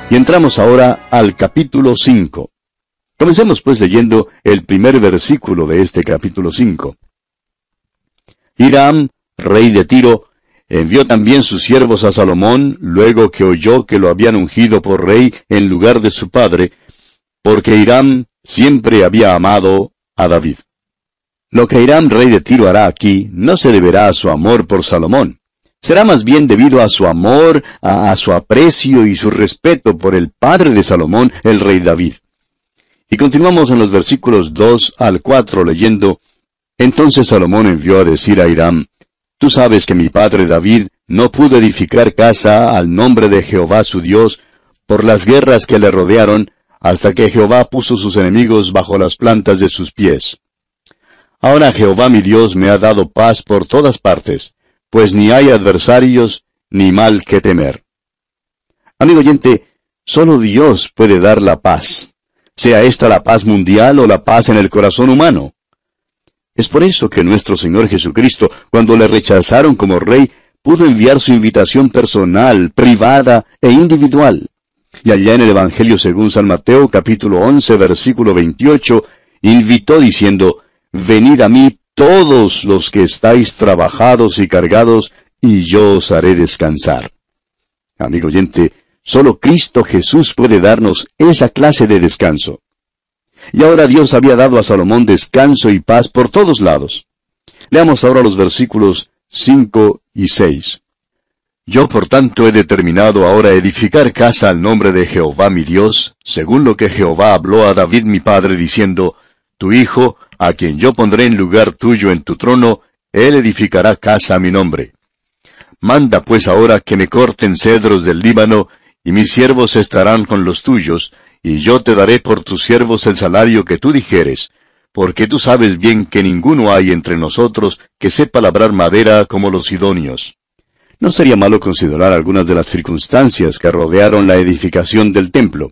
Y entramos ahora al capítulo 5. Comencemos pues leyendo el primer versículo de este capítulo 5. Hiram, rey de Tiro, envió también sus siervos a Salomón, luego que oyó que lo habían ungido por rey en lugar de su padre, porque Hiram siempre había amado a David. Lo que Hiram, rey de Tiro, hará aquí no se deberá a su amor por Salomón. Será más bien debido a su amor, a su aprecio y su respeto por el padre de Salomón, el rey David. Y continuamos en los versículos 2 al 4 leyendo: Entonces Salomón envió a decir a Hiram: Tú sabes que mi padre David no pudo edificar casa al nombre de Jehová su Dios por las guerras que le rodearon, hasta que Jehová puso sus enemigos bajo las plantas de sus pies. Ahora Jehová mi Dios me ha dado paz por todas partes, pues ni hay adversarios, ni mal que temer. Amigo oyente, solo Dios puede dar la paz, sea esta la paz mundial o la paz en el corazón humano. Es por eso que nuestro Señor Jesucristo, cuando le rechazaron como rey, pudo enviar su invitación personal, privada e individual. Y allá en el Evangelio según San Mateo, capítulo 11, versículo 28, invitó diciendo: Venid a mí todos los que estáis trabajados y cargados, y yo os haré descansar. Amigo oyente, solo Cristo Jesús puede darnos esa clase de descanso. Y ahora Dios había dado a Salomón descanso y paz por todos lados. Leamos ahora los versículos 5 y 6. Yo por tanto he determinado ahora edificar casa al nombre de Jehová mi Dios, según lo que Jehová habló a David mi padre, diciendo: Tu hijo, a quien yo pondré en lugar tuyo en tu trono, él edificará casa a mi nombre. Manda pues ahora que me corten cedros del Líbano, y mis siervos estarán con los tuyos, y yo te daré por tus siervos el salario que tú dijeres, porque tú sabes bien que ninguno hay entre nosotros que sepa labrar madera como los sidonios. No sería malo considerar algunas de las circunstancias que rodearon la edificación del templo.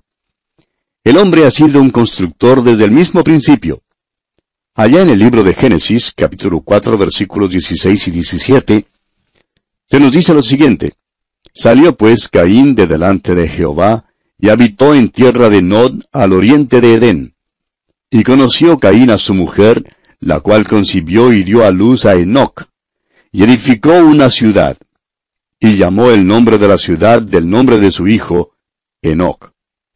El hombre ha sido un constructor desde el mismo principio. Allá en el libro de Génesis, capítulo 4, versículos 16 y 17, se nos dice lo siguiente: Salió pues Caín de delante de Jehová, y habitó en tierra de Nod, al oriente de Edén. Y conoció Caín a su mujer, la cual concibió y dio a luz a Enoc, y edificó una ciudad, y llamó el nombre de la ciudad del nombre de su hijo, Enoc.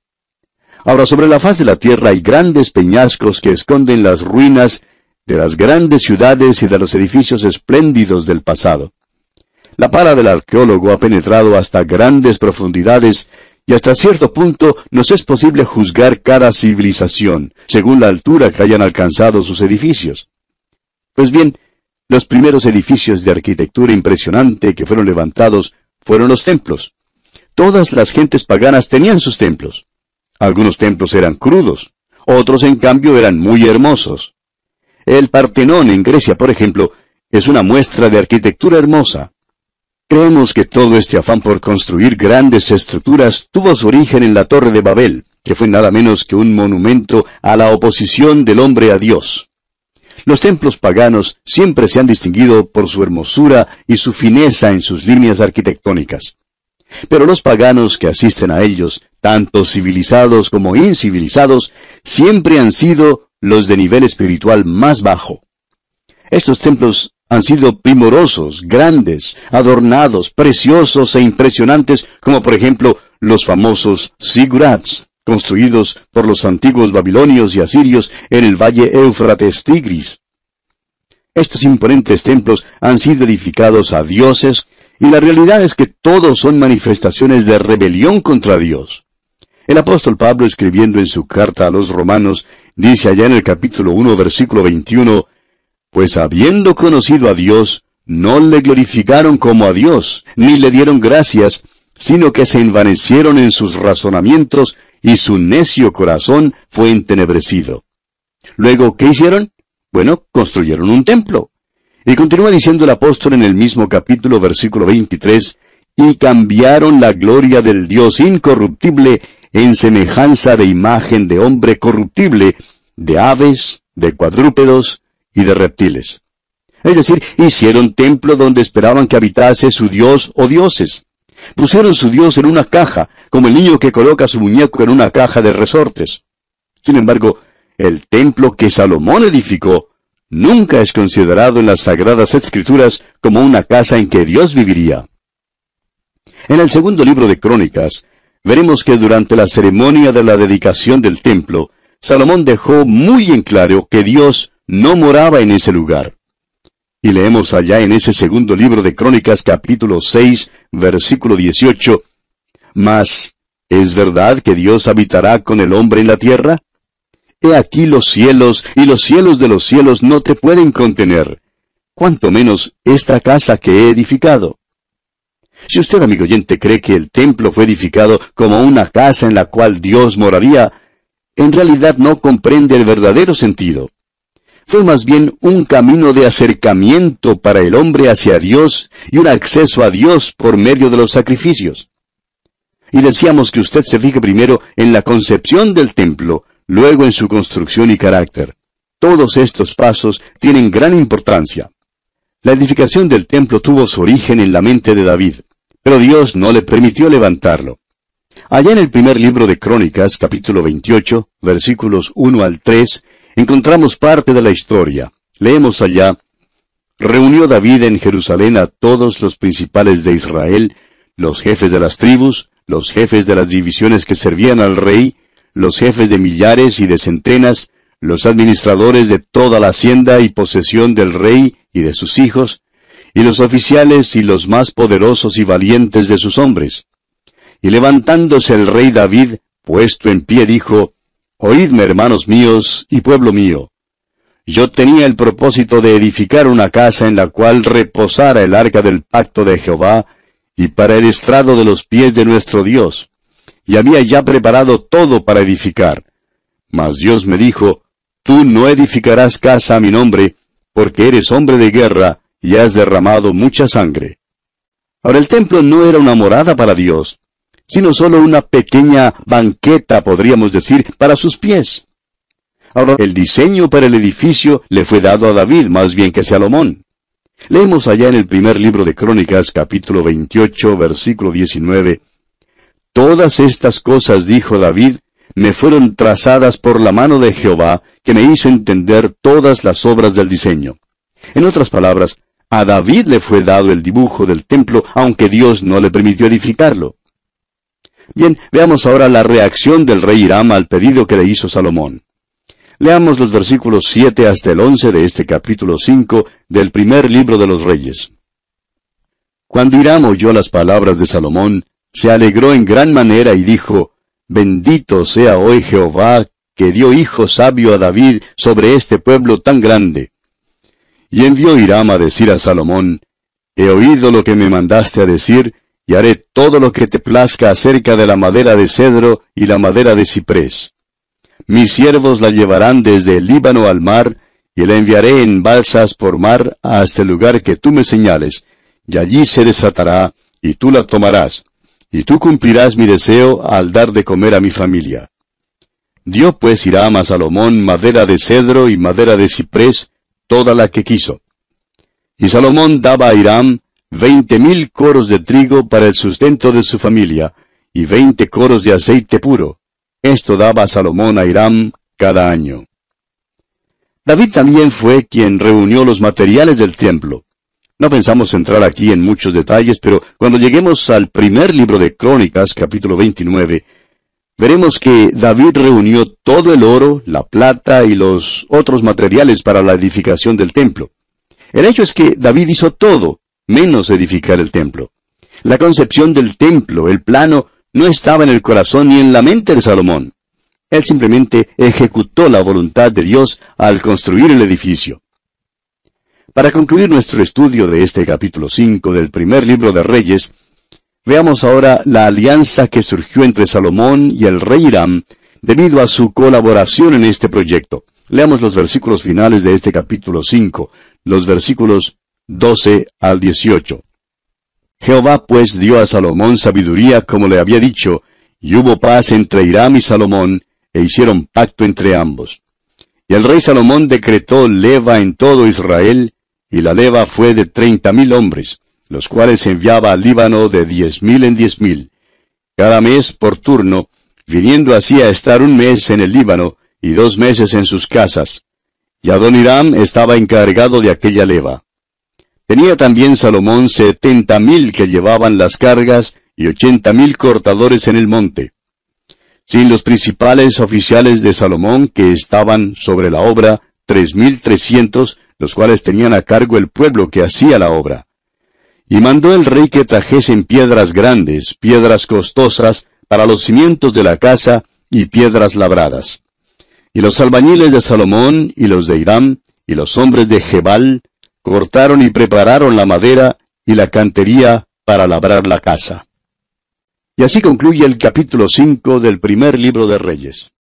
Ahora, sobre la faz de la tierra hay grandes peñascos que esconden las ruinas de las grandes ciudades y de los edificios espléndidos del pasado. La pala del arqueólogo ha penetrado hasta grandes profundidades, y hasta cierto punto nos es posible juzgar cada civilización, según la altura que hayan alcanzado sus edificios. Pues bien, los primeros edificios de arquitectura impresionante que fueron levantados fueron los templos. Todas las gentes paganas tenían sus templos. Algunos templos eran crudos, otros en cambio eran muy hermosos. El Partenón en Grecia, por ejemplo, es una muestra de arquitectura hermosa. Creemos que todo este afán por construir grandes estructuras tuvo su origen en la Torre de Babel, que fue nada menos que un monumento a la oposición del hombre a Dios. Los templos paganos siempre se han distinguido por su hermosura y su fineza en sus líneas arquitectónicas. Pero los paganos que asisten a ellos, tanto civilizados como incivilizados, siempre han sido los de nivel espiritual más bajo. Estos templos han sido primorosos, grandes, adornados, preciosos e impresionantes, como por ejemplo los famosos zigurats, construidos por los antiguos babilonios y asirios en el valle Éufrates-Tigris. Estos imponentes templos han sido edificados a dioses, y la realidad es que todos son manifestaciones de rebelión contra Dios. El apóstol Pablo, escribiendo en su carta a los romanos, dice allá en el capítulo 1, versículo 21, Pues habiendo conocido a Dios, no le glorificaron como a Dios, ni le dieron gracias, sino que se envanecieron en sus razonamientos, y su necio corazón fue entenebrecido. Luego, ¿qué hicieron? Bueno, construyeron un templo. Y continúa diciendo el apóstol en el mismo capítulo, versículo 23, y cambiaron la gloria del Dios incorruptible en semejanza de imagen de hombre corruptible, de aves, de cuadrúpedos y de reptiles. Es decir, hicieron templo donde esperaban que habitase su dios o dioses. Pusieron su Dios en una caja, como el niño que coloca su muñeco en una caja de resortes. Sin embargo, el templo que Salomón edificó nunca es considerado en las Sagradas Escrituras como una casa en que Dios viviría. En el segundo libro de Crónicas, veremos que durante la ceremonia de la dedicación del templo, Salomón dejó muy en claro que Dios no moraba en ese lugar. Y leemos allá en ese segundo libro de Crónicas, capítulo 6, versículo 18, «Mas, ¿es verdad que Dios habitará con el hombre en la tierra? He aquí los cielos, y los cielos de los cielos no te pueden contener, cuanto menos esta casa que he edificado». Si usted, amigo oyente, cree que el templo fue edificado como una casa en la cual Dios moraría, en realidad no comprende el verdadero sentido. Fue más bien un camino de acercamiento para el hombre hacia Dios y un acceso a Dios por medio de los sacrificios. Y decíamos que usted se fije primero en la concepción del templo, luego en su construcción y carácter. Todos estos pasos tienen gran importancia. La edificación del templo tuvo su origen en la mente de David, pero Dios no le permitió levantarlo. Allá en el primer libro de Crónicas, capítulo 28, versículos 1 al 3, encontramos parte de la historia. Leemos allá: «Reunió David en Jerusalén a todos los principales de Israel, los jefes de las tribus, los jefes de las divisiones que servían al rey, los jefes de millares y de centenas, los administradores de toda la hacienda y posesión del rey y de sus hijos, y los oficiales y los más poderosos y valientes de sus hombres. Y levantándose el rey David, puesto en pie, dijo: Oídme, hermanos míos y pueblo mío. Yo tenía el propósito de edificar una casa en la cual reposara el arca del pacto de Jehová, y para el estrado de los pies de nuestro Dios. Y había ya preparado todo para edificar. Mas Dios me dijo: Tú no edificarás casa a mi nombre, porque eres hombre de guerra, y has derramado mucha sangre. Ahora el templo no era una morada para Dios, sino solo una pequeña banqueta, podríamos decir, para sus pies. Ahora, el diseño para el edificio le fue dado a David más bien que a Salomón. Leemos allá en el primer libro de Crónicas, capítulo 28, versículo 19, Todas estas cosas, dijo David, me fueron trazadas por la mano de Jehová, que me hizo entender todas las obras del diseño. En otras palabras, a David le fue dado el dibujo del templo, aunque Dios no le permitió edificarlo. Bien, veamos ahora la reacción del rey Hiram al pedido que le hizo Salomón. Leamos los versículos 7 hasta el 11 de este capítulo 5 del primer libro de los Reyes. Cuando Hiram oyó las palabras de Salomón, se alegró en gran manera y dijo: Bendito sea hoy Jehová, que dio hijo sabio a David sobre este pueblo tan grande. Y envió Hiram a decir a Salomón: He oído lo que me mandaste a decir, y haré todo lo que te plazca acerca de la madera de cedro y la madera de ciprés. Mis siervos la llevarán desde el Líbano al mar, y la enviaré en balsas por mar hasta el lugar que tú me señales, y allí se desatará, y tú la tomarás, y tú cumplirás mi deseo al dar de comer a mi familia. Dio pues Hiram a Salomón madera de cedro y madera de ciprés, toda la que quiso. Y Salomón daba a Hiram 20,000 coros de trigo para el sustento de su familia, y 20 coros de aceite puro. Esto daba Salomón a Hiram cada año. David también fue quien reunió los materiales del templo. No pensamos entrar aquí en muchos detalles, pero cuando lleguemos al primer libro de Crónicas, capítulo 29, veremos que David reunió todo el oro, la plata y los otros materiales para la edificación del templo. El hecho es que David hizo todo, menos edificar el templo. La concepción del templo, el plano, no estaba en el corazón ni en la mente de Salomón. Él simplemente ejecutó la voluntad de Dios al construir el edificio. Para concluir nuestro estudio de este capítulo 5 del primer libro de Reyes, veamos ahora la alianza que surgió entre Salomón y el rey Hiram debido a su colaboración en este proyecto. Leamos los versículos finales de este capítulo 5, los versículos 12 al 18. Jehová pues dio a Salomón sabiduría como le había dicho, y hubo paz entre Hiram y Salomón, e hicieron pacto entre ambos. Y el rey Salomón decretó leva en todo Israel, y la leva fue de 30,000 hombres, los cuales enviaba al Líbano de 10,000 en 10,000, cada mes por turno, viniendo así a estar un mes en el Líbano y 2 meses en sus casas. Y Adoniram estaba encargado de aquella leva. Tenía también Salomón 70,000 que llevaban las cargas y 80,000 cortadores en el monte. Sin los principales oficiales de Salomón que estaban sobre la obra, 3,300, los cuales tenían a cargo el pueblo que hacía la obra. Y mandó el rey que trajesen piedras grandes, piedras costosas, para los cimientos de la casa, y piedras labradas. Y los albañiles de Salomón, y los de Hiram, y los hombres de Gebal, cortaron y prepararon la madera y la cantería para labrar la casa. Y así concluye el capítulo 5 del primer libro de Reyes.